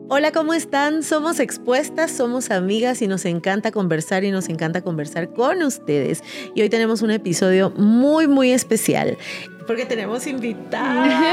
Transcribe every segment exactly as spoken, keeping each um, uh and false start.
Hola, ¿cómo están? Somos Expuestas, somos amigas y nos encanta conversar y nos encanta conversar con ustedes. Y hoy tenemos un episodio muy, muy especial porque tenemos invitada.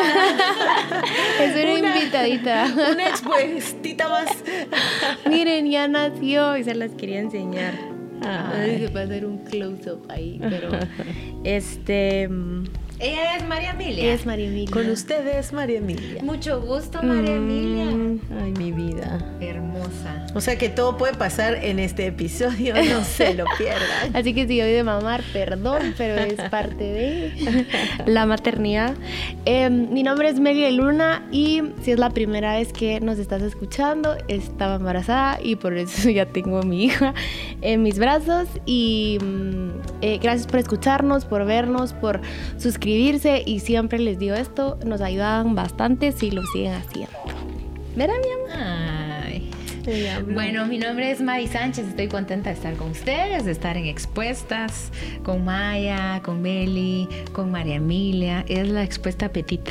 Es una, una invitadita. Una expuestita más. Miren, ya nació y se las quería enseñar. A ver si se puede hacer un close-up ahí, pero este... Ella es María Emilia. Ella es María Emilia. Con ustedes, María Emilia. Mucho gusto, María mm, Emilia. Ay, mi vida. Hermosa. O sea que todo puede pasar en este episodio, no se lo pierdan. Así que si hoy de mamar, perdón, pero es parte de la maternidad. Eh, mi nombre es Melia Luna y si es la primera vez que nos estás escuchando, estaba embarazada y por eso ya tengo a mi hija en mis brazos. Y eh, gracias por escucharnos, por vernos, por suscribirse. Y siempre les digo esto, nos ayudan bastante si lo siguen haciendo. ¿Verdad, mi amor? Ay. Bueno, mi nombre es Mari Sánchez, estoy contenta de estar con ustedes, de estar en Expuestas, con Maya, con Meli, con María Emilia. Es la expuesta petita.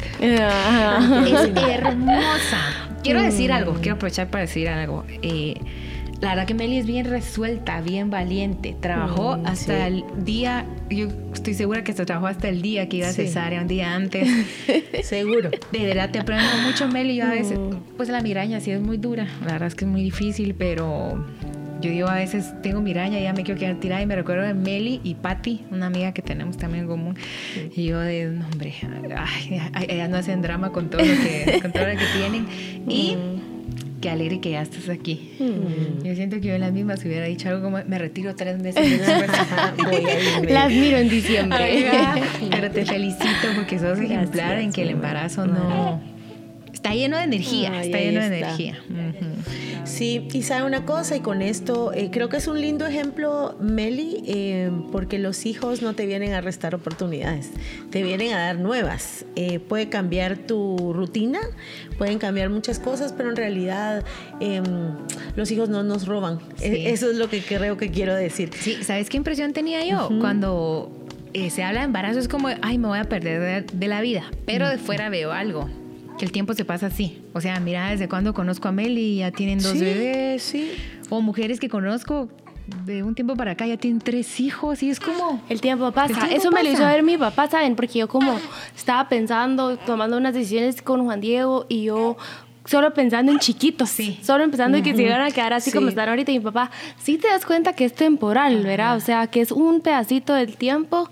Es hermosa. Quiero decir algo, quiero aprovechar para decir algo. Eh, La verdad que Meli es bien resuelta, bien valiente. Trabajó mm, hasta sí. el día, yo estoy segura que hasta trabajó hasta el día que iba a sí. cesárea, un día antes. Seguro. De verdad te aprendo mucho, Meli. Yo a veces, pues la migraña sí es muy dura. La verdad es que es muy difícil, pero yo digo a veces tengo migraña y ya me quiero quedar tirada. Y me recuerdo de Meli y Patti, una amiga que tenemos también en común. Sí. Y yo de, no, hombre, ay, ellas no hacen drama con todo lo que, con todo lo que tienen. Y... Mm. Qué alegre que ya estás aquí. Mm. Yo siento que yo en las mismas hubiera dicho algo como me retiro tres meses después. Voy a irme. Las miro en diciembre. Pero te felicito porque sos ejemplar Gracias, en que el embarazo no... Está lleno de energía, Ay, está lleno está. de energía. Uh-huh. Sí, y sabe una cosa, y con esto eh, creo que es un lindo ejemplo, Meli, eh, porque los hijos no te vienen a restar oportunidades, te vienen a dar nuevas. Eh, puede cambiar tu rutina, pueden cambiar muchas cosas, pero en realidad eh, los hijos no nos roban. Sí. Eh, eso es lo que creo que quiero decir. Sí, ¿sabes qué impresión tenía yo? Uh-huh. Cuando eh, se habla de embarazo es como, ay, me voy a perder de, de la vida, pero uh-huh. de fuera veo algo. Que el tiempo se pasa así. O sea, mira, desde cuando conozco a Meli ya tienen dos sí, bebés. Sí. O mujeres que conozco de un tiempo para acá ya tienen tres hijos y es como... El tiempo pasa. El tiempo Eso pasa. me lo hizo ver mi papá, ¿saben? Porque yo como estaba pensando, tomando unas decisiones con Juan Diego y yo... Solo pensando en chiquitos, sí. Solo pensando en uh-huh. que se iban a quedar así sí. como están ahorita. Y mi papá, sí te das cuenta que es temporal, uh-huh. ¿verdad? O sea, que es un pedacito del tiempo...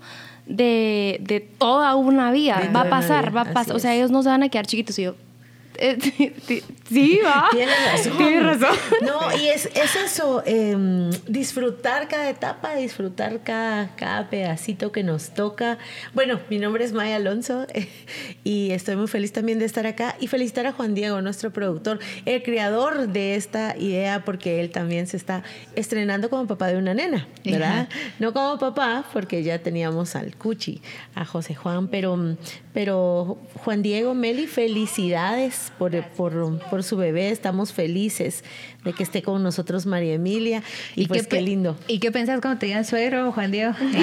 De, de toda una vida. De va a pasar, va a pasar. O sea, ellos no se van a quedar chiquitos. Y yo, eh, sí, va. Tienes razón. Tienes razón. No, y es, es eso, eh, disfrutar cada etapa, disfrutar cada, cada pedacito que nos toca. Bueno, mi nombre es Maya Alonso eh, y estoy muy feliz también de estar acá y felicitar a Juan Diego, nuestro productor, el creador de esta idea, porque él también se está estrenando como papá de una nena, ¿verdad? Uh-huh. No como papá, porque ya teníamos al Cuchi, a José Juan, pero, pero Juan Diego, Meli, felicidades por, por, por su bebé. Estamos felices de que esté con nosotros María Emilia y, y pues qué, qué lindo. ¿Y qué pensás cuando te digan suegro, Juan Diego? Él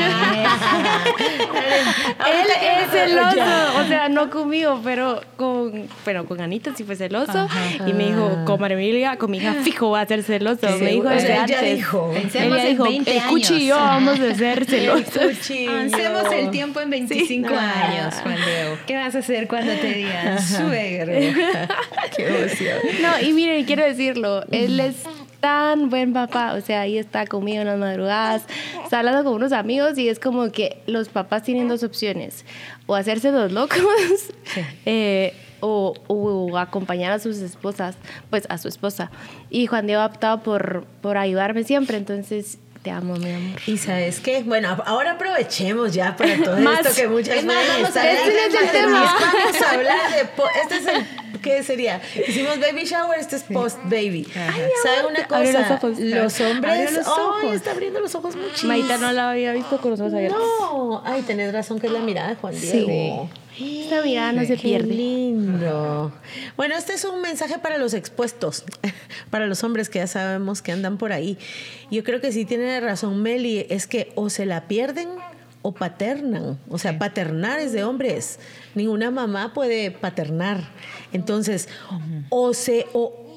es celoso, o sea, no conmigo, pero con, pero con Anita sí fue celoso. Ajá. Y me dijo, con María Emilia, con mi hija fijo va a ser celoso. Sí, me dijo desde antes. Ella dijo, pensemos ella en dijo, veinte años. El Cuchi y yo vamos a ser celosos. Hacemos el tiempo en veinticinco sí. años, Juan Diego. ¿Qué vas a hacer cuando te digan suegro? Qué emoción. No, y miren, quiero decirlo, él es tan buen papá, o sea, ahí está conmigo en las madrugadas, está hablando con unos amigos y es como que los papás tienen dos opciones, o hacerse los locos, sí. eh, o, o acompañar a sus esposas, pues a su esposa. Y Juan Diego ha optado por, por ayudarme siempre, entonces... Te amo, mi amor. ¿Y sabes qué? Bueno, ahora aprovechemos ya para todo Más, esto que muchas veces están este es el tema. Vamos a hablar de... Po- este es el... ¿Qué sería? Hicimos baby shower, este es post-baby. ¿Saben una cosa? Los, ojos. los hombres... los ojos. ¡Ay, está abriendo los ojos muchísimo! Maita no la había visto con los ojos abiertos. No. Ay, tenés razón que es la mirada de Juan Diego. Sí. Esta mirada no se pierde. Qué lindo. Bueno, este es un mensaje para los expuestos, para los hombres que ya sabemos que andan por ahí. Yo creo que sí tiene razón Meli, es que o se la pierden o paternan. O sea, paternar es de hombres. Ninguna mamá puede paternar. Entonces, uh-huh. o se... O,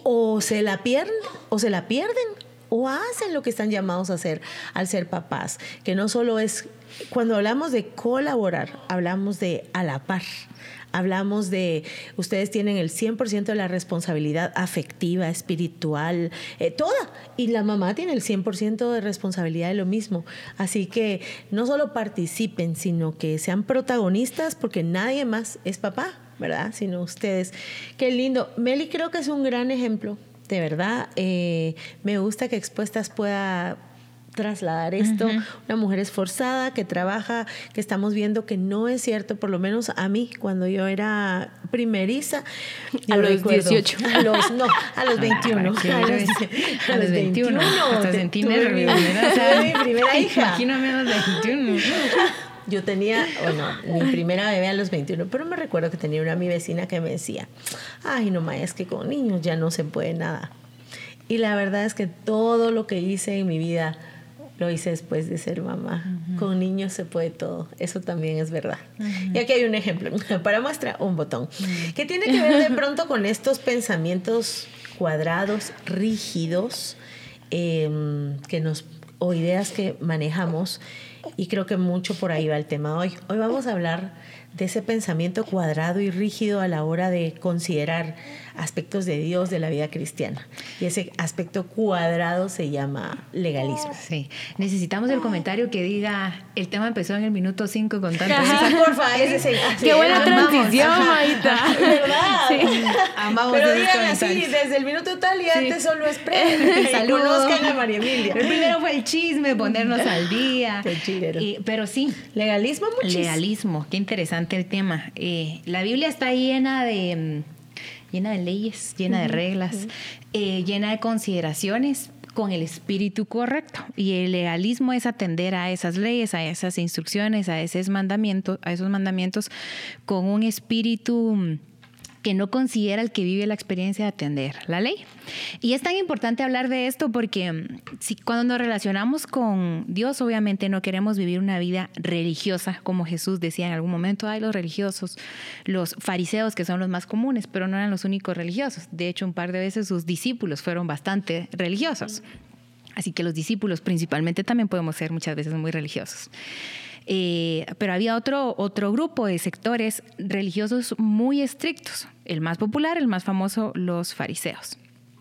o se la pierden, o se la pierden, o hacen lo que están llamados a hacer al ser papás, que no solo es, cuando hablamos de colaborar, hablamos de a la par. Hablamos de, ustedes tienen el cien por ciento de la responsabilidad afectiva, espiritual, eh, toda. Y la mamá tiene el cien por ciento de responsabilidad de lo mismo. Así que no solo participen, sino que sean protagonistas, porque nadie más es papá, ¿verdad? Sino ustedes. Qué lindo. Meli creo que es un gran ejemplo, de verdad. Eh, me gusta que Expuestas pueda trasladar esto, uh-huh. Una mujer esforzada que trabaja, que estamos viendo que no es cierto, por lo menos a mí, cuando yo era primeriza, a los recuerdo, dieciocho, a los, no, a los veintiuno, a los, a los veintiuno, hasta sentí nervios, mi primera hija, imagíname a los veintiuno. Yo tenía, bueno, mi primera bebé a los veintiuno, pero me recuerdo que tenía una mi vecina que me decía, ay, no, ma, es que con niños ya no se puede nada. Y la verdad es que todo lo que hice en mi vida lo hice después de ser mamá. Uh-huh. Con niños se puede todo. Eso también es verdad. Uh-huh. Y aquí hay un ejemplo. Para muestra, un botón. Uh-huh. Que tiene que ver de pronto con estos pensamientos cuadrados, rígidos, eh, que nos, o ideas que manejamos. Y creo que mucho por ahí va el tema hoy. Hoy vamos a hablar de ese pensamiento cuadrado y rígido a la hora de considerar aspectos de Dios, de la vida cristiana. Y ese aspecto cuadrado se llama legalismo. Sí. Necesitamos el comentario que diga, el tema empezó en el minuto cinco con tanto... Porfa, ese es el... ¡Qué buena transición, Maita! ¿Verdad? Sí. Amamos. Pero díganme así, desde el minuto tal y sí. Antes solo es pre. Saludos. Conozcan a María Emilia. El primero fue el chisme, ponernos al día. Y, pero sí. Legalismo, muchísimo. Legalismo, qué interesante el tema. Eh, la Biblia está llena de... llena de leyes, llena uh-huh, de reglas, uh-huh. eh, llena de consideraciones con el espíritu correcto. Y el legalismo es atender a esas leyes, a esas instrucciones, a esos mandamientos, a esos mandamientos con un espíritu que no considera el que vive la experiencia de atender la ley. Y es tan importante hablar de esto porque si, cuando nos relacionamos con Dios, obviamente no queremos vivir una vida religiosa, como Jesús decía en algún momento, hay los religiosos, los fariseos, que son los más comunes, pero no eran los únicos religiosos. De hecho, un par de veces sus discípulos fueron bastante religiosos. Así que los discípulos principalmente también podemos ser muchas veces muy religiosos. Eh, pero había otro, otro grupo de sectores religiosos muy estrictos. El más popular, el más famoso, los fariseos.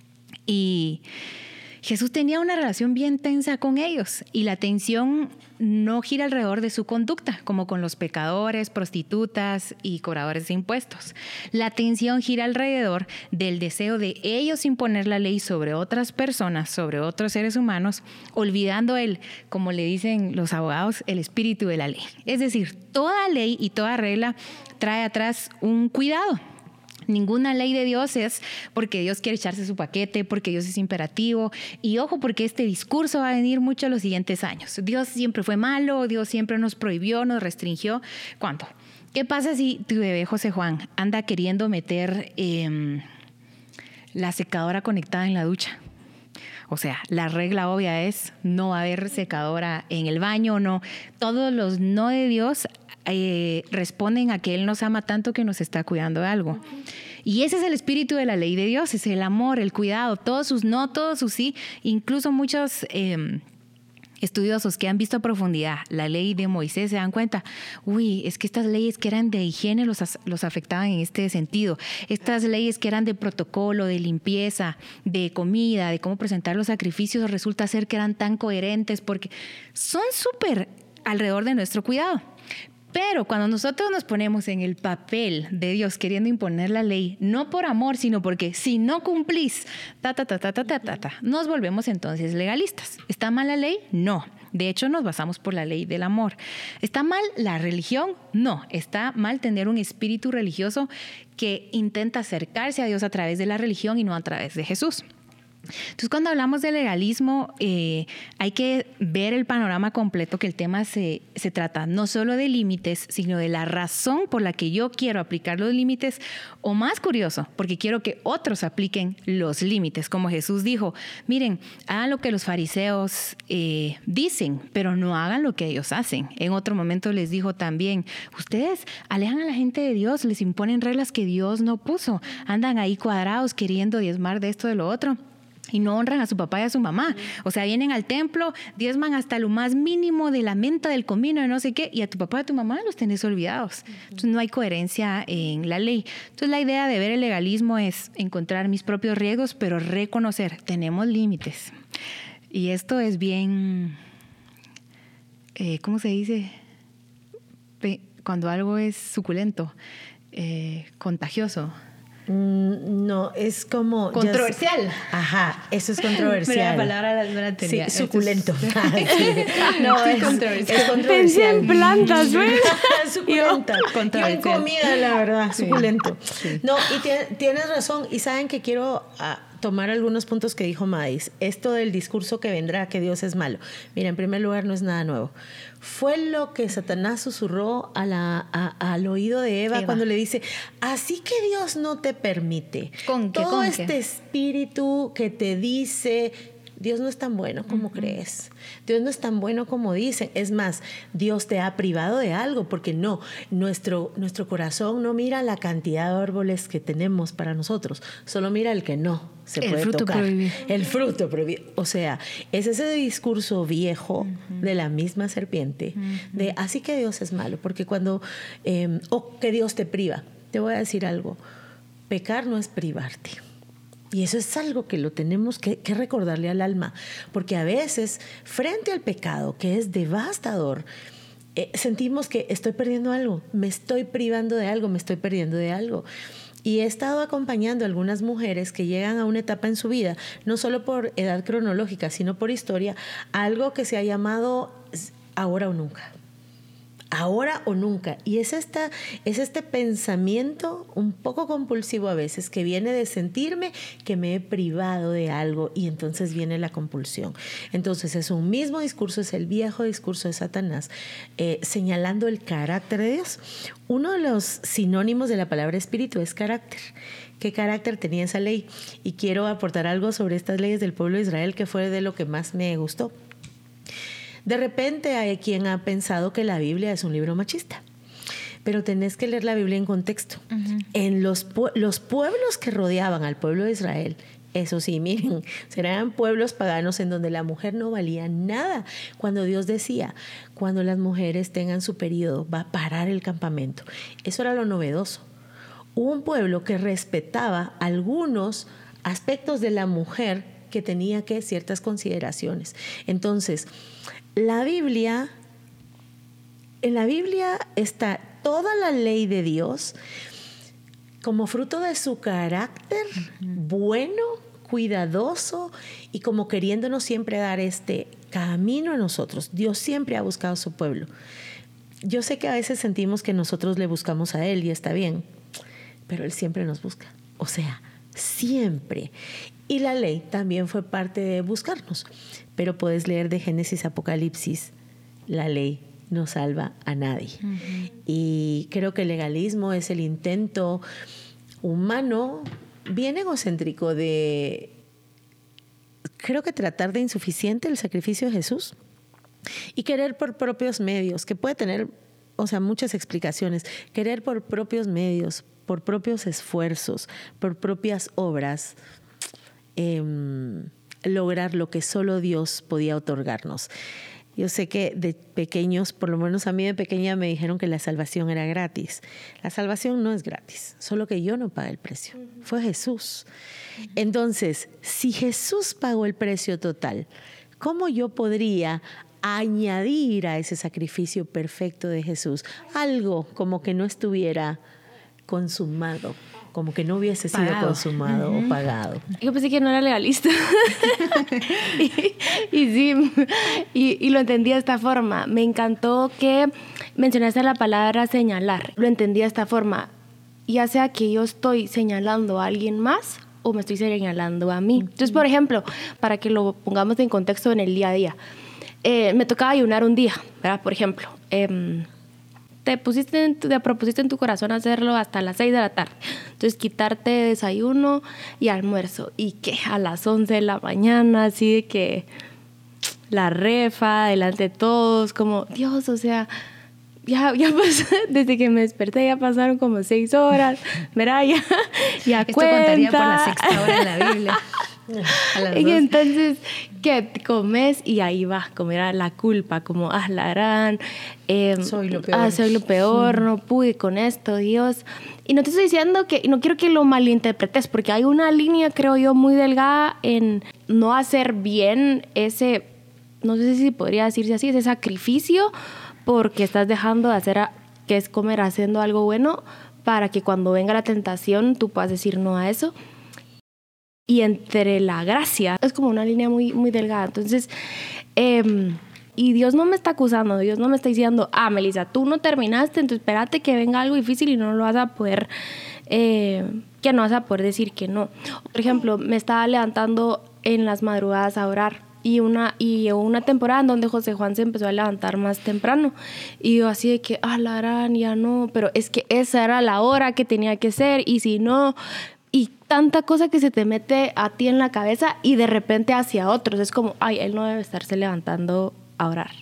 Y Jesús tenía una relación bien tensa con ellos y la tensión no gira alrededor de su conducta, como con los pecadores, prostitutas y cobradores de impuestos. La tensión gira alrededor del deseo de ellos imponer la ley sobre otras personas, sobre otros seres humanos, olvidando el, como le dicen los abogados, el espíritu de la ley. Es decir, toda ley y toda regla trae atrás un cuidado. Ninguna ley de Dios es porque Dios quiere echarse su paquete, porque Dios es imperativo. Y ojo, porque este discurso va a venir mucho en los siguientes años. Dios siempre fue malo, Dios siempre nos prohibió, nos restringió. ¿Cuánto? ¿Qué pasa si tu bebé José Juan anda queriendo meter eh, la secadora conectada en la ducha? O sea, la regla obvia es no va a haber secadora en el baño, no. Todos los no de Dios Eh, responden a que Él nos ama tanto que nos está cuidando de algo. Y ese es el espíritu de la ley de Dios, es el amor, el cuidado, todos sus no, todos sus sí. Incluso muchos eh, estudiosos que han visto a profundidad la ley de Moisés se dan cuenta, uy, es que estas leyes que eran de higiene los, los afectaban en este sentido. Estas leyes que eran de protocolo, de limpieza, de comida, de cómo presentar los sacrificios, resulta ser que eran tan coherentes porque son súper alrededor de nuestro cuidado. Pero cuando nosotros nos ponemos en el papel de Dios queriendo imponer la ley, no por amor, sino porque si no cumplís, ta, ta, ta, ta, ta, ta, ta, ta, nos volvemos entonces legalistas. ¿Está mal la ley? No. De hecho, nos basamos por la ley del amor. ¿Está mal la religión? No. Está mal tener un espíritu religioso que intenta acercarse a Dios a través de la religión y no a través de Jesús. Entonces, cuando hablamos de legalismo, eh, hay que ver el panorama completo, que el tema se, se trata no solo de límites, sino de la razón por la que yo quiero aplicar los límites, o más curioso, porque quiero que otros apliquen los límites. Como Jesús dijo, miren, hagan lo que los fariseos eh, dicen, pero no hagan lo que ellos hacen. En otro momento les dijo también, ustedes alejan a la gente de Dios, les imponen reglas que Dios no puso, andan ahí cuadrados queriendo diezmar de esto, de lo otro, y no honran a su papá y a su mamá. O sea, vienen al templo, diezman hasta lo más mínimo de la menta, del comino, de no sé qué, y a tu papá y a tu mamá los tenés olvidados. Entonces no hay coherencia en la ley. Entonces la idea de ver el legalismo es encontrar mis propios riesgos, pero reconocer, tenemos límites. Y esto es bien, eh, ¿cómo se dice? Cuando algo es suculento, eh, contagioso. No, es como... Controversial. Ya, ajá, eso es controversial. Pero la palabra no la tenía. Sí, suculento. Es... Ah, sí. No, sí, es, controversial. es controversial. Pensé en plantas, ¿ves? Suculenta. Yo en comida, la verdad, sí. Suculento. Sí. No, y tiene, tienes razón. Y saben que quiero uh, tomar algunos puntos que dijo Madis. Esto del discurso que vendrá, que Dios es malo. Mira, en primer lugar, no es nada nuevo. Fue lo que Satanás susurró a la, a, al oído de Eva, Eva cuando le dice, así que Dios no te permite. ¿Con qué, todo con este qué? espíritu que te dice, Dios no es tan bueno como uh-huh. crees. Dios no es tan bueno como dicen. Es más, Dios te ha privado de algo, porque no, nuestro, nuestro corazón no mira la cantidad de árboles que tenemos para nosotros, solo mira el que no se el puede fruto tocar. Prohibido. El fruto prohibido. O sea, es ese discurso viejo uh-huh. de la misma serpiente, uh-huh. de así que Dios es malo, porque cuando, eh, o que Dios te priva. Te voy a decir algo, pecar no es privarte. Y eso es algo que lo tenemos que, que recordarle al alma, porque a veces, frente al pecado, que es devastador, eh, sentimos que estoy perdiendo algo, me estoy privando de algo, me estoy perdiendo de algo. Y he estado acompañando a algunas mujeres que llegan a una etapa en su vida, no solo por edad cronológica, sino por historia, algo que se ha llamado ahora o nunca. Ahora o nunca. Y es, esta, es este pensamiento un poco compulsivo a veces, que viene de sentirme que me he privado de algo, y entonces viene la compulsión. Entonces es un mismo discurso, es el viejo discurso de Satanás, eh, señalando el carácter de Dios. Uno de los sinónimos de la palabra espíritu es carácter. ¿Qué carácter tenía esa ley? Y quiero aportar algo sobre estas leyes del pueblo de Israel, que fue de lo que más me gustó. De repente hay quien ha pensado que la Biblia es un libro machista, pero tenés que leer la Biblia en contexto. Uh-huh. En los, los pueblos que rodeaban al pueblo de Israel, eso sí, miren, eran pueblos paganos en donde la mujer no valía nada. Cuando Dios decía, cuando las mujeres tengan su periodo, va a parar el campamento. Eso era lo novedoso. Hubo un pueblo que respetaba algunos aspectos de la mujer, que tenía que ciertas consideraciones. Entonces, la Biblia, en la Biblia está toda la ley de Dios como fruto de su carácter uh-huh. bueno, cuidadoso, y como queriéndonos siempre dar este camino a nosotros. Dios siempre ha buscado a su pueblo. Yo sé que a veces sentimos que nosotros le buscamos a Él y está bien, pero Él siempre nos busca. O sea, siempre. Y la ley también fue parte de buscarnos. Pero puedes leer de Génesis a Apocalipsis, la ley no salva a nadie. Uh-huh. Y creo que el legalismo es el intento humano, bien egocéntrico, de, creo que tratar de insuficiente el sacrificio de Jesús y querer por propios medios, que puede tener, o sea, muchas explicaciones. Querer por propios medios, por propios esfuerzos, por propias obras, Eh, lograr lo que solo Dios podía otorgarnos. Yo sé que de pequeños, por lo menos a mí de pequeña, me dijeron que la salvación era gratis. La salvación no es gratis, solo que yo no pagué el precio. Uh-huh. Fue Jesús. Uh-huh. Entonces, si Jesús pagó el precio total, ¿cómo yo podría añadir a ese sacrificio perfecto de Jesús algo como que no estuviera consumado? Como que no hubiese sido pagado. consumado uh-huh. o pagado. Yo pensé que no era legalista. y, y sí, y, y lo entendí de esta forma. Me encantó que mencionaste la palabra señalar. Lo entendí de esta forma. Ya sea que yo estoy señalando a alguien más o me estoy señalando a mí. Entonces, por ejemplo, para que lo pongamos en contexto en el día a día, eh, me tocaba ayunar un día, ¿verdad? Por ejemplo, eh, te pusiste en tu, te propusiste en tu corazón hacerlo hasta las seis de la tarde. Entonces, quitarte desayuno y almuerzo. Y que a las once de la mañana, así de que la refa, delante de todos, como, Dios, o sea, ya, ya pasó, desde que me desperté ya pasaron como seis horas, ¿verdad? Ya, ya Esto cuenta. contaría por la sexta hora de la Biblia. Y entonces, ¿qué comes? Y ahí va, como era la culpa, como, ah, la gran, eh, soy lo peor, ah, soy lo peor, sí. No pude con esto, Dios. Y no te estoy diciendo que, no quiero que lo malinterpretes, porque hay una línea, creo yo, muy delgada en no hacer bien ese, no sé si podría decirse así, ese sacrificio, porque estás dejando de hacer, a, que es comer haciendo algo bueno, para que cuando venga la tentación tú puedas decir no a eso. Y entre la gracia, es como una línea muy, muy delgada. Entonces, eh, y Dios no me está acusando, Dios no me está diciendo, ah, Melissa, tú no terminaste, entonces espérate que venga algo difícil y no lo vas a poder, eh, que no vas a poder decir que no. Por ejemplo, me estaba levantando en las madrugadas a orar. Y una, y una temporada en donde José Juan se empezó a levantar más temprano. Y yo así de que, ah, la gran, ya no. Pero es que esa era la hora que tenía que ser. Y si no... Y tanta cosa que se te mete a ti en la cabeza y de repente hacia otros. Es como, ay, él no debe estarse levantando a orar.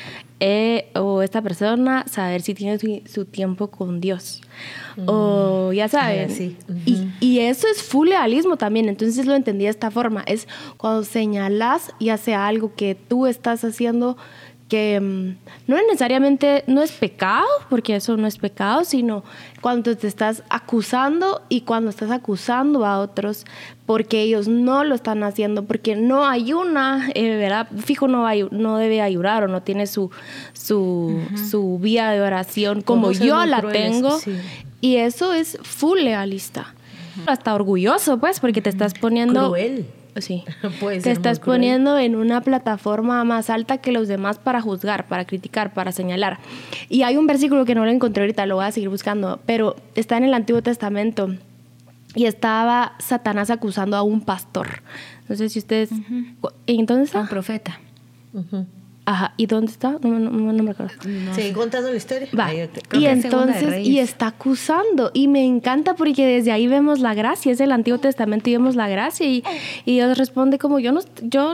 Eh, o esta persona, saber si tiene su, su tiempo con Dios. Mm. O ya saben. Sí. Uh-huh. y, y eso es full legalismo también. Entonces lo entendí de esta forma. Es cuando señalas y hace algo que tú estás haciendo que um, no necesariamente no es pecado, porque eso no es pecado, sino cuando te estás acusando y cuando estás acusando a otros porque ellos no lo están haciendo, porque no ayuna, eh, ¿verdad? Fijo no, hay, no debe ayunar o no tiene su, su, uh-huh. su vía de oración como yo la crueles, tengo. Sí. Y eso es full legalista. Uh-huh. Hasta orgulloso, pues, porque te estás poniendo... Cruel. Sí. Puede te estás poniendo en una plataforma más alta que los demás para juzgar, para criticar, para señalar. Y hay un versículo que no lo encontré ahorita, lo voy a seguir buscando, pero está en el Antiguo Testamento y estaba Satanás acusando a un pastor. No sé si ustedes... Uh-huh. ¿En dónde está? Un profeta. Uh-huh. Ajá, ¿y dónde está? No, no, no, no me acuerdo. No sí, sé. Contando la historia. Va. Y entonces, y está acusando. Y me encanta porque desde ahí vemos la gracia. Es el Antiguo Testamento y vemos la gracia. Y, y Dios responde como, yo no, yo,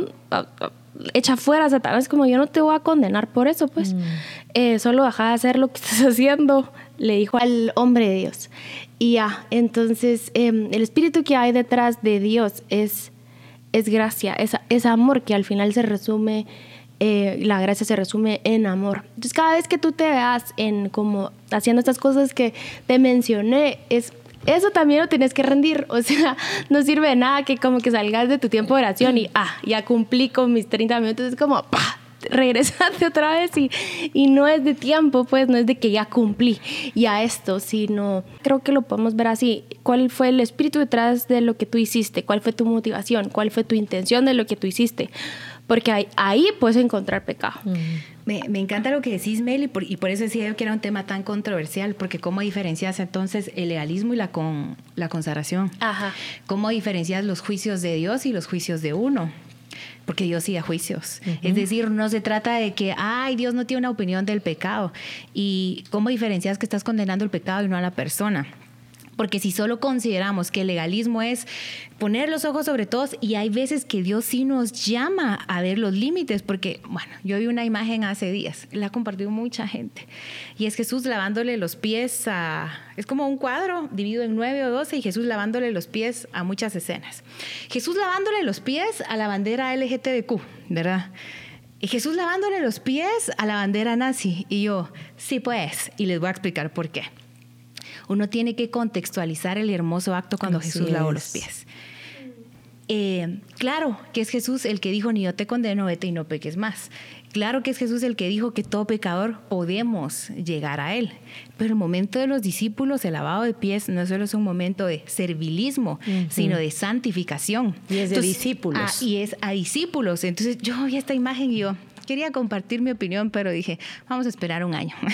echa fuera a Satanás, como yo no te voy a condenar por eso, pues. Mm. Eh, solo deja de hacer lo que estás haciendo, le dijo al hombre de Dios. Y ya, entonces, eh, el espíritu que hay detrás de Dios es, es gracia, es, es amor que al final se resume... Eh, la gracia se resume en amor. Entonces, cada vez que tú te veas en como haciendo estas cosas que te mencioné, es, eso también lo tienes que rendir. O sea, no sirve de nada que como que salgas de tu tiempo de oración y, ah, ya cumplí con mis treinta minutos. Es como, ¡pah! Regresate otra vez y, y no es de tiempo, pues, no es de que ya cumplí ya esto, sino creo que lo podemos ver así. ¿Cuál fue el espíritu detrás de lo que tú hiciste? ¿Cuál fue tu motivación? ¿Cuál fue tu intención de lo que tú hiciste? Porque ahí, ahí puedes encontrar pecado. Mm. Me, me encanta lo que decís, Mel, y por, y por eso decía yo que era un tema tan controversial, porque ¿cómo diferencias entonces el legalismo y la, con, la consagración? Ajá. ¿Cómo diferencias los juicios de Dios y los juicios de uno? Porque Dios sí da juicios. Uh-huh. Es decir, no se trata de que, ay, Dios no tiene una opinión del pecado. ¿Y cómo diferencias que estás condenando el pecado y no a la persona? Porque si solo consideramos que el legalismo es poner los ojos sobre todos, y hay veces que Dios sí nos llama a ver los límites, porque, bueno, yo vi una imagen hace días, la ha compartido mucha gente, y es Jesús lavándole los pies a... Es como un cuadro dividido en nueve o doce, y Jesús lavándole los pies a muchas escenas. Jesús lavándole los pies a la bandera L G T B Q, ¿verdad? Y Jesús lavándole los pies a la bandera nazi. Y yo, sí pues, y les voy a explicar por qué. Uno tiene que contextualizar el hermoso acto cuando Así Jesús es. lavó los pies. Eh, claro que es Jesús el que dijo, ni yo te condeno, vete y no peques más. Claro que es Jesús el que dijo que todo pecador podemos llegar a Él. Pero el momento de los discípulos, el lavado de pies, no solo es un momento de servilismo, uh-huh. sino de santificación. Y es de Entonces, discípulos. Ah, y es a discípulos. Entonces yo vi esta imagen y yo... Quería compartir mi opinión, pero dije, vamos a esperar un año.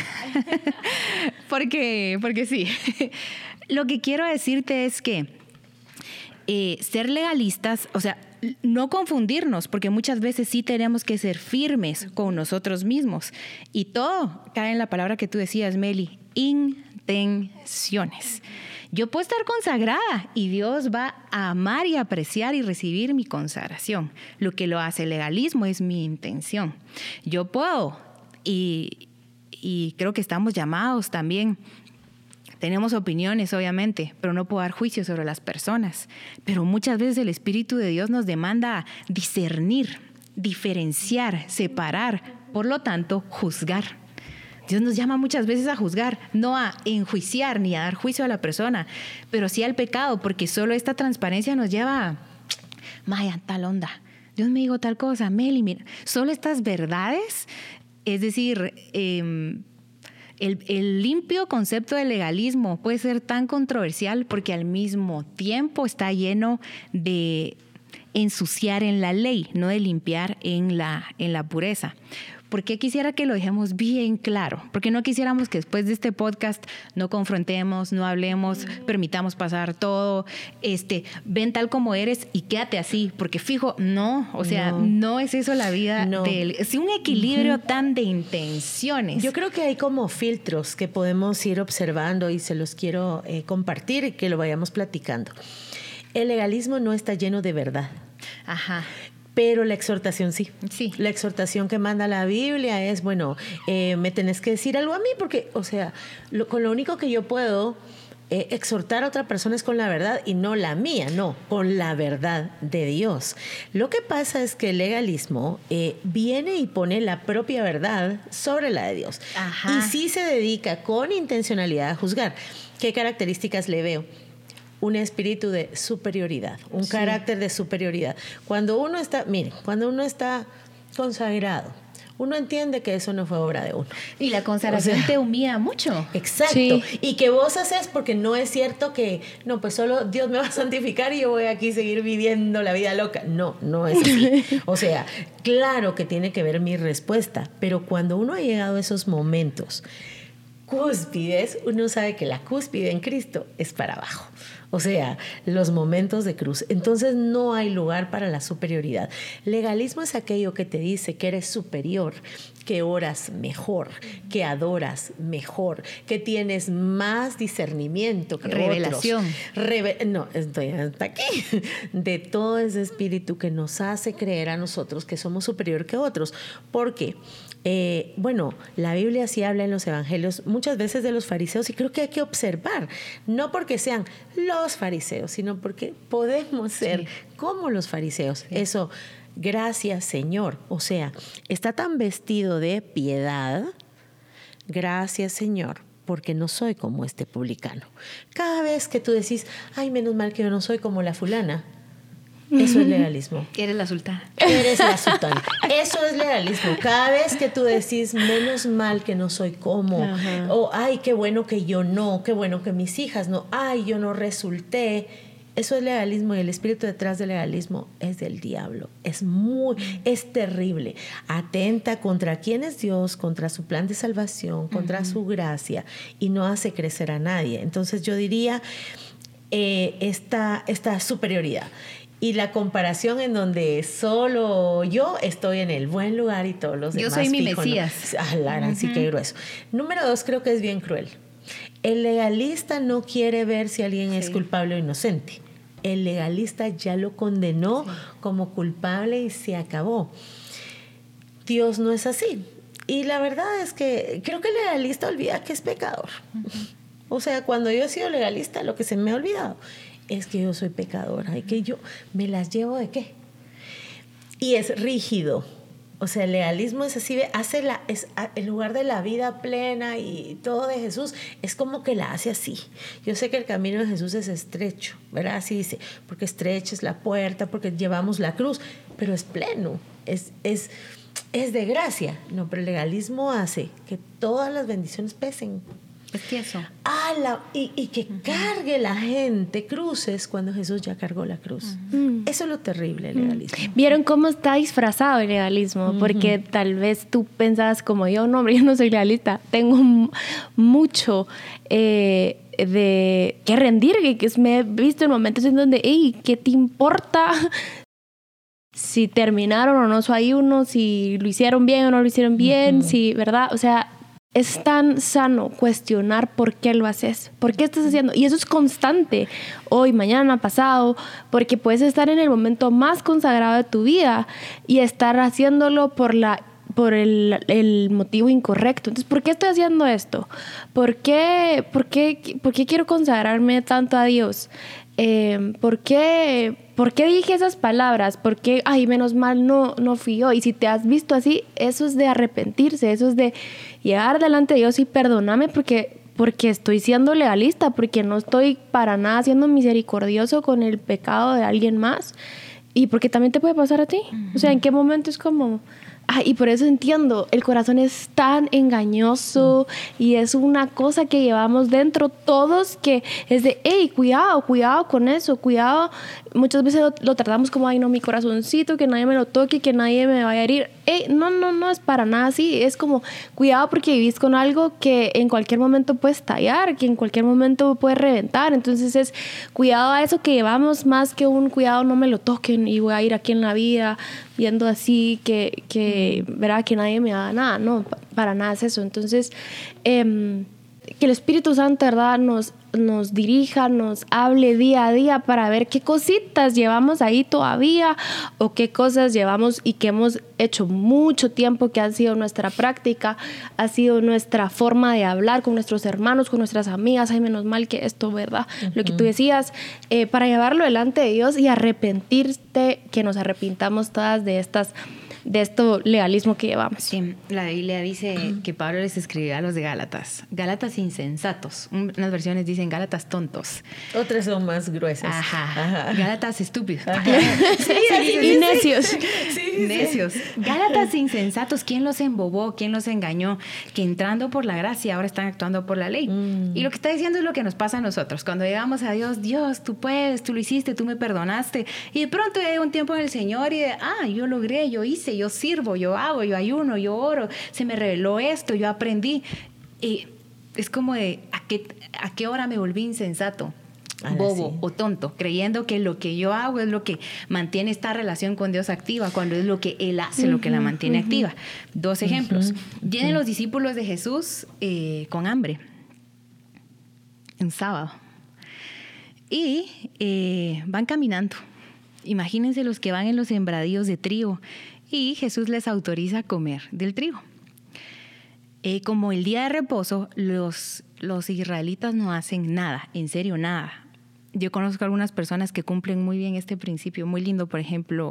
porque, porque sí. Lo que quiero decirte es que eh, ser legalistas, o sea, no confundirnos, porque muchas veces sí tenemos que ser firmes con nosotros mismos. Y todo cae en la palabra que tú decías, Meli, intenciones. Yo puedo estar consagrada y Dios va a amar y apreciar y recibir mi consagración. Lo que lo hace el legalismo es mi intención. Yo puedo, y, y creo que estamos llamados también. Tenemos opiniones, obviamente, pero no puedo dar juicio sobre las personas. Pero muchas veces el Espíritu de Dios nos demanda discernir, diferenciar, separar, por lo tanto, juzgar. Dios nos llama muchas veces a juzgar, no a enjuiciar ni a dar juicio a la persona, pero sí al pecado, porque solo esta transparencia nos lleva a, Maya, tal onda, Dios me dijo tal cosa, Meli, mira, solo estas verdades, es decir, eh, El, el limpio concepto de legalismo puede ser tan controversial porque al mismo tiempo está lleno de ensuciar en la ley, no de limpiar en la, en la pureza. ¿Por qué quisiera que lo dejemos bien claro? Porque no quisiéramos que después de este podcast no confrontemos, no hablemos, permitamos pasar todo, este, ven tal como eres y quédate así, porque fijo, no, o sea, no, no es eso la vida, no. Del, es un equilibrio uh-huh. tan de intenciones. Yo creo que hay como filtros que podemos ir observando y se los quiero eh, compartir y que lo vayamos platicando. El legalismo no está lleno de verdad. Ajá. Pero la exhortación sí. sí. La exhortación que manda la Biblia es, bueno, eh, me tenés que decir algo a mí porque, o sea, lo, con lo único que yo puedo eh, exhortar a otra persona es con la verdad y no la mía, no, con la verdad de Dios. Lo que pasa es que el legalismo eh, viene y pone la propia verdad sobre la de Dios. Ajá. Y sí se dedica con intencionalidad a juzgar. ¿Qué características le veo? Un espíritu de superioridad, un sí. carácter de superioridad. Cuando uno está, miren, cuando uno está consagrado, uno entiende que eso no fue obra de uno. Y la consagración o sea, te humilla mucho. Exacto. Sí. Y que vos haces porque no es cierto que, no, pues solo Dios me va a santificar y yo voy aquí a seguir viviendo la vida loca. No, no es así. O sea, claro que tiene que ver mi respuesta, pero cuando uno ha llegado a esos momentos cúspides, uno sabe que la cúspide en Cristo es para abajo. O sea, los momentos de cruz. Entonces no hay lugar para la superioridad. Legalismo es aquello que te dice que eres superior, que oras mejor, que adoras mejor, que tienes más discernimiento que revelación. Otros. Reve- no, estoy hasta aquí. De todo ese espíritu que nos hace creer a nosotros que somos superior que otros. ¿Por qué? Eh, bueno, la Biblia sí habla en los evangelios muchas veces de los fariseos y creo que hay que observar, no porque sean los fariseos, sino porque podemos ser sí. como los fariseos. Sí. Eso, gracias Señor. O sea, está tan vestido de piedad, gracias Señor, porque no soy como este publicano. Cada vez que tú decís, ay, menos mal que yo no soy como la fulana, eso es legalismo. Eres la sultana. Eres la sultana. Eso es legalismo. Cada vez que tú decís, menos mal que no soy como, ajá. o ay, qué bueno que yo no, qué bueno que mis hijas no, ay, yo no resulté. Eso es legalismo y el espíritu detrás del legalismo es del diablo. Es muy, es terrible. Atenta contra quién es Dios, contra su plan de salvación, contra uh-huh. su gracia y no hace crecer a nadie. Entonces yo diría eh, esta, esta superioridad. Y la comparación en donde solo yo estoy en el buen lugar y todos los demás. Yo soy mi fijo, Mesías. ¿no? Ah, la gran, uh-huh. sí, qué grueso. Número dos, creo que es bien cruel. El legalista no quiere ver si alguien sí. es culpable o inocente. El legalista ya lo condenó sí. como culpable y se acabó. Dios no es así. Y la verdad es que creo que el legalista olvida que es pecador. Uh-huh. O sea, cuando yo he sido legalista, lo que se me ha olvidado es que yo soy pecadora y que yo me las llevo de qué. Y es rígido. O sea, el legalismo es así, hace la, es en lugar de la vida plena y todo de Jesús, es como que la hace así. Yo sé que el camino de Jesús es estrecho, ¿verdad? Así dice, porque estrecha es la puerta, porque llevamos la cruz, pero es pleno, es, es, es de gracia. No, pero el legalismo hace que todas las bendiciones pesen. Es que eso. Ah, la, y, y que uh-huh. cargue la gente cruces cuando Jesús ya cargó la cruz. Uh-huh. Eso es lo terrible, el legalismo. ¿Vieron cómo está disfrazado el legalismo? Uh-huh. Porque tal vez tú pensabas como yo, no, hombre, yo no soy legalista. Tengo m- mucho... Eh, de que rendir, que, que me he visto en momentos en donde, hey, ¿qué te importa si terminaron o no su ayuno, si lo hicieron bien o no lo hicieron bien, uh-huh. si, ¿verdad? O sea, es tan sano cuestionar por qué lo haces, por qué estás haciendo. Y eso es constante, hoy, mañana, pasado, porque puedes estar en el momento más consagrado de tu vida y estar haciéndolo por la por el, el motivo incorrecto. Entonces, ¿por qué estoy haciendo esto? ¿Por qué, por qué, por qué quiero consagrarme tanto a Dios? Eh, ¿por qué, ¿Por qué dije esas palabras? ¿Por qué, ay, menos mal no, no fui yo? Y si te has visto así, eso es de arrepentirse, eso es de llegar delante de Dios y perdóname porque, porque estoy siendo legalista, porque no estoy para nada siendo misericordioso con el pecado de alguien más. Y porque también te puede pasar a ti. Uh-huh. O sea, ¿en qué momento es como... Ah, y por eso entiendo, el corazón es tan engañoso mm. y es una cosa que llevamos dentro todos que es de, hey, cuidado, cuidado con eso, cuidado. Muchas veces lo, lo tratamos como, ay, no, mi corazoncito, que nadie me lo toque, que nadie me vaya a herir. Hey, no, no, no es para nada así. Es como, cuidado porque vivís con algo que en cualquier momento puede estallar, que en cualquier momento puede reventar. Entonces es cuidado a eso que llevamos más que un cuidado, no me lo toquen y voy a ir aquí en la vida viendo así que, que, ¿verdad? Que nadie me haga nada. No, para nada es eso. Entonces, eh, que el Espíritu Santo, ¿verdad? Nos, nos dirija, nos hable día a día para ver qué cositas llevamos ahí todavía o qué cosas llevamos y que hemos hecho mucho tiempo, que ha sido nuestra práctica, ha sido nuestra forma de hablar con nuestros hermanos, con nuestras amigas. Ay, menos mal que esto, ¿verdad? Uh-huh. Lo que tú decías, eh, para llevarlo delante de Dios y arrepentirte, que nos arrepintamos todas de estas de esto legalismo que llevamos. Sí, la Biblia dice que Pablo les escribió a los de Gálatas, Gálatas insensatos. Unas versiones dicen Gálatas tontos. Otras son más gruesas. Ajá. Ajá. Gálatas estúpidos. Ajá. Sí, sí, y necios. Sí, sí, necios. Sí. Gálatas insensatos. ¿Quién los embobó? ¿Quién los engañó? Que entrando por la gracia ahora están actuando por la ley. Mm. Y lo que está diciendo es lo que nos pasa a nosotros. Cuando llegamos a Dios, Dios, tú puedes, tú lo hiciste, tú me perdonaste. Y de pronto llega un tiempo en el Señor y de, ah, yo logré, yo hice, yo sirvo, yo hago, yo ayuno, yo oro, se me reveló esto, yo aprendí. Y es como de, ¿a qué, a qué hora me volví insensato? Ahora bobo sí. O tonto, creyendo que lo que yo hago es lo que mantiene esta relación con Dios activa, cuando es lo que Él hace, uh-huh, lo que la mantiene uh-huh. activa. Dos ejemplos. Uh-huh. Vienen los discípulos de Jesús eh, con hambre, un sábado, y eh, van caminando. Imagínense los que van en los sembradíos de trigo y Jesús les autoriza a comer del trigo. Eh, como el día de reposo, los, los israelitas no hacen nada, en serio, nada. Yo conozco algunas personas que cumplen muy bien este principio, muy lindo. Por ejemplo,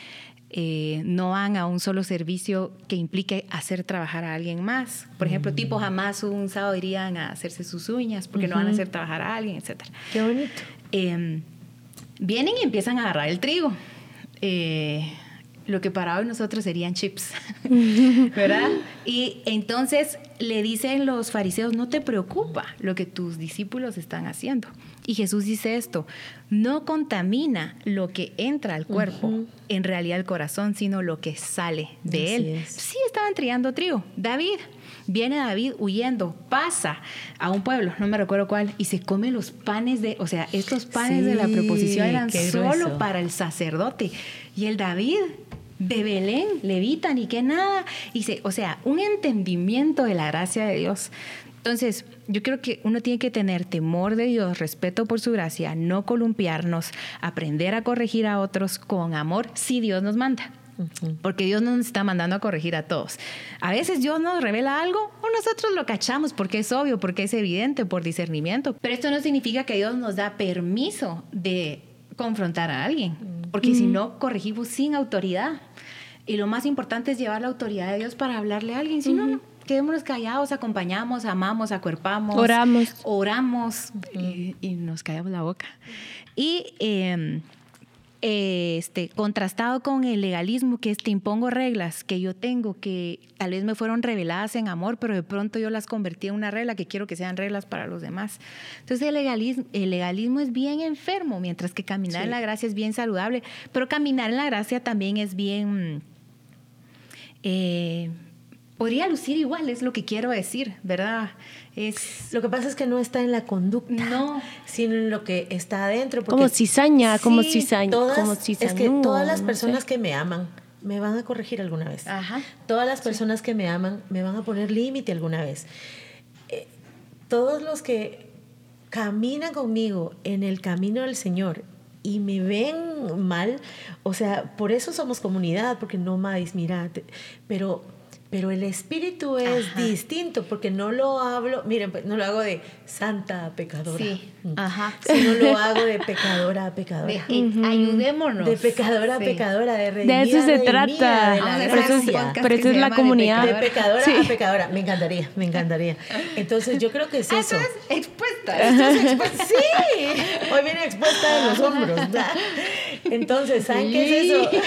eh, no van a un solo servicio que implique hacer trabajar a alguien más. Por ejemplo, mm. tipo jamás un sábado irían a hacerse sus uñas porque uh-huh. no van a hacer trabajar a alguien, etcétera. Qué bonito. Eh, vienen y empiezan a agarrar el trigo. Eh, lo que para hoy nosotros serían chips, ¿verdad? Y entonces le dicen los fariseos, no te preocupa lo que tus discípulos están haciendo. Y Jesús dice esto, no contamina lo que entra al cuerpo, uh-huh. en realidad el corazón, sino lo que sale de Así él. Es. Sí, estaban trillando trigo. David, viene David huyendo, pasa a un pueblo, no me recuerdo cuál, y se come los panes de, o sea, estos panes sí, de la proposición eran solo grueso. Para el sacerdote. Y el David de Belén, levita, ni que nada. Y se, o sea, un entendimiento de la gracia de Dios. Entonces, yo creo que uno tiene que tener temor de Dios, respeto por su gracia, no columpiarnos, aprender a corregir a otros con amor, si Dios nos manda. Uh-huh. Porque Dios no nos está mandando a corregir a todos. A veces Dios nos revela algo o nosotros lo cachamos porque es obvio, porque es evidente, por discernimiento. Pero esto no significa que Dios nos da permiso de confrontar a alguien, porque uh-huh. si no, corregimos sin autoridad. Y lo más importante es llevar la autoridad de Dios para hablarle a alguien. Si uh-huh. no, quedémonos callados, acompañamos, amamos, acuerpamos. Oramos. Oramos uh-huh. y, y nos callamos la boca. Y eh, eh, este, contrastado con el legalismo, que es te impongo reglas que yo tengo, que tal vez me fueron reveladas en amor, pero de pronto yo las convertí en una regla que quiero que sean reglas para los demás. Entonces el legalismo, el legalismo es bien enfermo, mientras que caminar sí. en la gracia es bien saludable, pero caminar en la gracia también es bien... Eh, podría lucir igual, es lo que quiero decir, ¿verdad? Es... Lo que pasa es que no está en la conducta, no, sino en lo que está adentro. Porque, como cizaña, sí, como cizaña, todas, como cizaña. Es que todas las no personas sé. que me aman me van a corregir alguna vez. Ajá. Todas las personas sí. que me aman me van a poner límite alguna vez. Eh, todos los que caminan conmigo en el camino del Señor y me ven mal, o sea, por eso somos comunidad, porque no más, mira, te, pero... Pero el espíritu es Ajá. distinto, porque no lo hablo, miren, no lo hago de santa a pecadora, sí. Ajá. sino lo hago de pecadora a pecadora. De, uh-huh. Ayudémonos. De pecadora a sí. pecadora, de redimida, de eso se redimida, trata. De la pero eso es, pero eso es la comunidad. De pecadora sí. a pecadora. Me encantaría, me encantaría. Entonces yo creo que es eso. Esto es expuesta. Esto es expuesta. Sí. Hoy viene expuesta de los hombros. ¿Verdad? Entonces, ¿saben sí. qué es eso?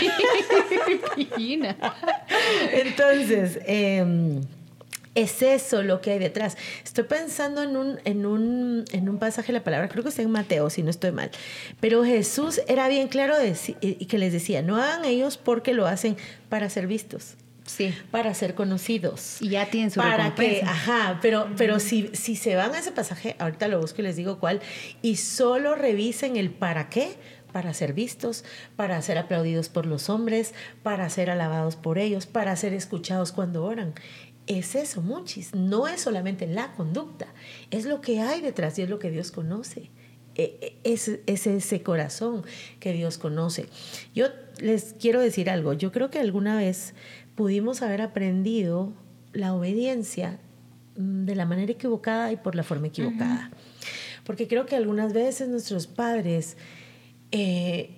Entonces, eh, es eso lo que hay detrás. Estoy pensando en un, en, un, en un pasaje de la palabra, creo que está en Mateo, si no estoy mal. Pero Jesús era bien claro de, y que les decía, no hagan ellos porque lo hacen para ser vistos. Sí. Para ser conocidos. Y ya tienen su para recompensa. Que, ajá, pero, pero si, si se van a ese pasaje, ahorita lo busco y les digo cuál, y solo revisen el para qué, para ser vistos, para ser aplaudidos por los hombres, para ser alabados por ellos, para ser escuchados cuando oran. Es eso, muchis. No es solamente la conducta, es lo que hay detrás y es lo que Dios conoce. Es, es ese corazón que Dios conoce. Yo les quiero decir algo. Yo creo que alguna vez pudimos haber aprendido la obediencia de la manera equivocada y por la forma equivocada. Uh-huh. Porque creo que algunas veces nuestros padres Eh,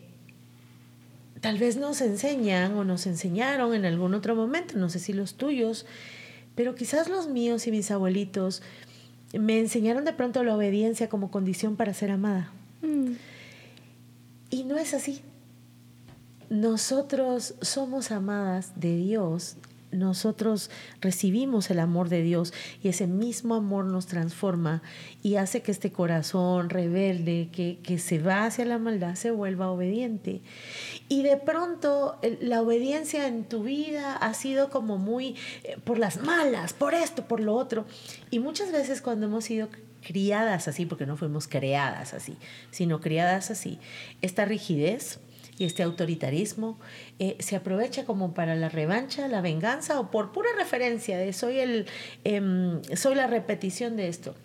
tal vez nos enseñan o nos enseñaron en algún otro momento, no sé si los tuyos, pero quizás los míos y mis abuelitos me enseñaron de pronto la obediencia como condición para ser amada. Mm. Y no es así. Nosotros somos amadas de Dios. Nosotros recibimos el amor de Dios y ese mismo amor nos transforma y hace que este corazón rebelde que, que se va hacia la maldad se vuelva obediente. Y de pronto la obediencia en tu vida ha sido como muy eh, por las malas, por esto, por lo otro. Y muchas veces cuando hemos sido criadas así, porque no fuimos creadas así, sino criadas así, esta rigidez y este autoritarismo eh, se aprovecha como para la revancha, la venganza o por pura referencia de soy, el, eh, soy la repetición de esto.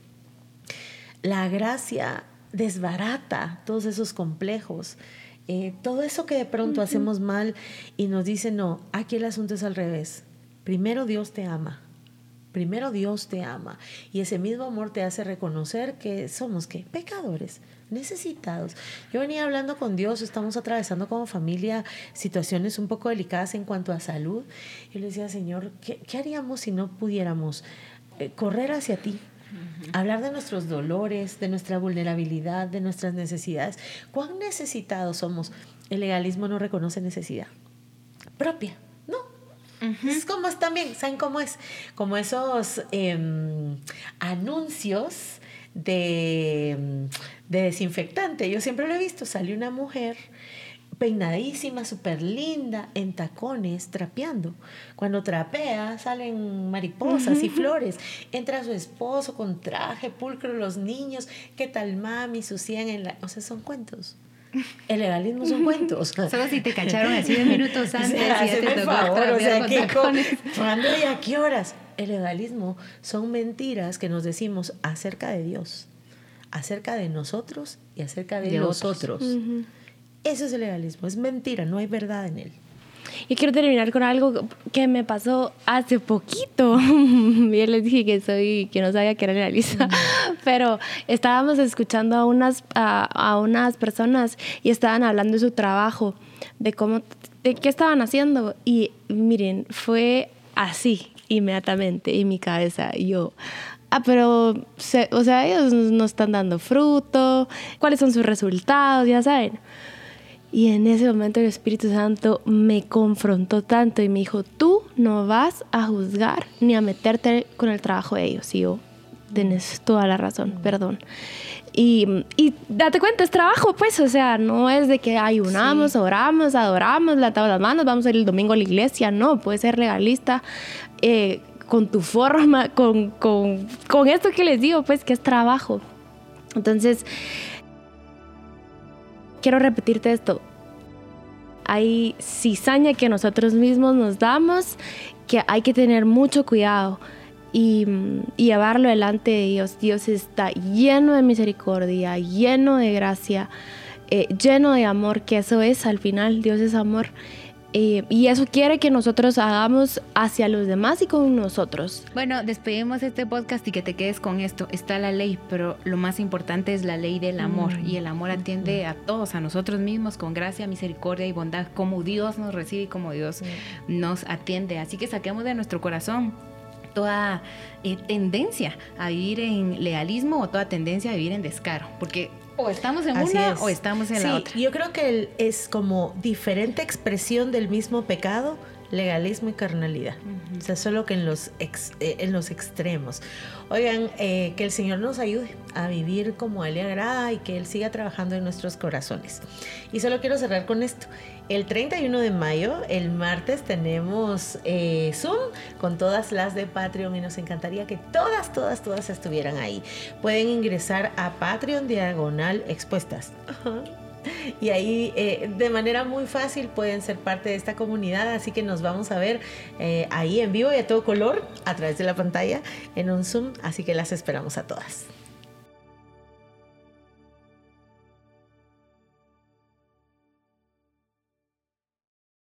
La gracia desbarata todos esos complejos, eh, todo eso que de pronto uh-huh. hacemos mal y nos dicen no, aquí el asunto es al revés. Primero Dios te ama. Primero Dios te ama y ese mismo amor te hace reconocer que somos ¿qué? Pecadores, necesitados. Yo venía hablando con Dios, estamos atravesando como familia situaciones un poco delicadas en cuanto a salud. Yo le decía, Señor, ¿qué, qué haríamos si no pudiéramos eh, correr hacia ti? Uh-huh. Hablar de nuestros dolores, de nuestra vulnerabilidad, de nuestras necesidades. ¿Cuán necesitados somos? El legalismo no reconoce necesidad propia. Uh-huh. Es como es también, ¿saben cómo es? Como esos eh, anuncios de, de desinfectante. Yo siempre lo he visto. Sale una mujer peinadísima, súper linda, en tacones, trapeando. Cuando trapea, salen mariposas uh-huh. y flores. Entra su esposo con traje, pulcro, los niños. ¿Qué tal mami? Su cien en la... O sea, son cuentos. El legalismo son cuentos. Solo si te cacharon así de minutos antes. O sea, y ya te tocó favor, o sea, ¿qué, ¿cuándo y a qué horas? El legalismo son mentiras que nos decimos acerca de Dios, acerca de nosotros y acerca de, de los otros. Uh-huh. Eso es el legalismo, es mentira, no hay verdad en él. Y quiero terminar con algo que me pasó hace poquito. Bien les dije que soy, que no sabía que era legalista, mm. pero estábamos escuchando a unas, a, a unas personas y estaban hablando de su trabajo, de cómo, de qué estaban haciendo. Y miren, fue así inmediatamente en mi cabeza. Y yo, ah, pero, se, o sea, ellos no están dando fruto. ¿Cuáles son sus resultados? Ya saben. Y en ese momento el Espíritu Santo me confrontó tanto y me dijo, tú no vas a juzgar ni a meterte con el trabajo de ellos. Y yo, tienes toda la razón, perdón. Y, y date cuenta, es trabajo, pues, o sea, no es de que ayunamos, sí. oramos, adoramos, levantamos las manos, vamos a ir el domingo a la iglesia. No, puede ser legalista, eh, con tu forma, con, con, con esto que les digo, pues que es trabajo. Entonces, quiero repetirte esto. Hay cizaña que nosotros mismos nos damos, que hay que tener mucho cuidado y, y llevarlo delante de Dios. Dios está lleno de misericordia, lleno de gracia, eh, lleno de amor, que eso es al final, Dios es amor. Eh, y eso quiere que nosotros hagamos hacia los demás y con nosotros. Bueno, despedimos este podcast y que te quedes con esto. Está la ley, pero lo más importante es la ley del amor. Mm. Y el amor atiende mm. a todos, a nosotros mismos, con gracia, misericordia y bondad, como Dios nos recibe y como Dios mm. nos atiende. Así que saquemos de nuestro corazón toda eh, tendencia a vivir en legalismo o toda tendencia a vivir en descaro, porque o estamos en Así una es. o estamos en sí, la otra. Yo creo que el, es como diferente expresión del mismo pecado, legalismo y carnalidad. Uh-huh. O sea, solo que en los, ex, eh, en los extremos. Oigan, eh, que el Señor nos ayude a vivir como a Él le agrada y que Él siga trabajando en nuestros corazones. Y solo quiero cerrar con esto. El treinta y uno de mayo, el martes, tenemos eh, Zoom con todas las de Patreon y nos encantaría que todas, todas, todas estuvieran ahí. Pueden ingresar a Patreon diagonal expuestas. Uh-huh. Y ahí eh, de manera muy fácil pueden ser parte de esta comunidad, así que nos vamos a ver eh, ahí en vivo y a todo color a través de la pantalla en un Zoom, así que las esperamos a todas.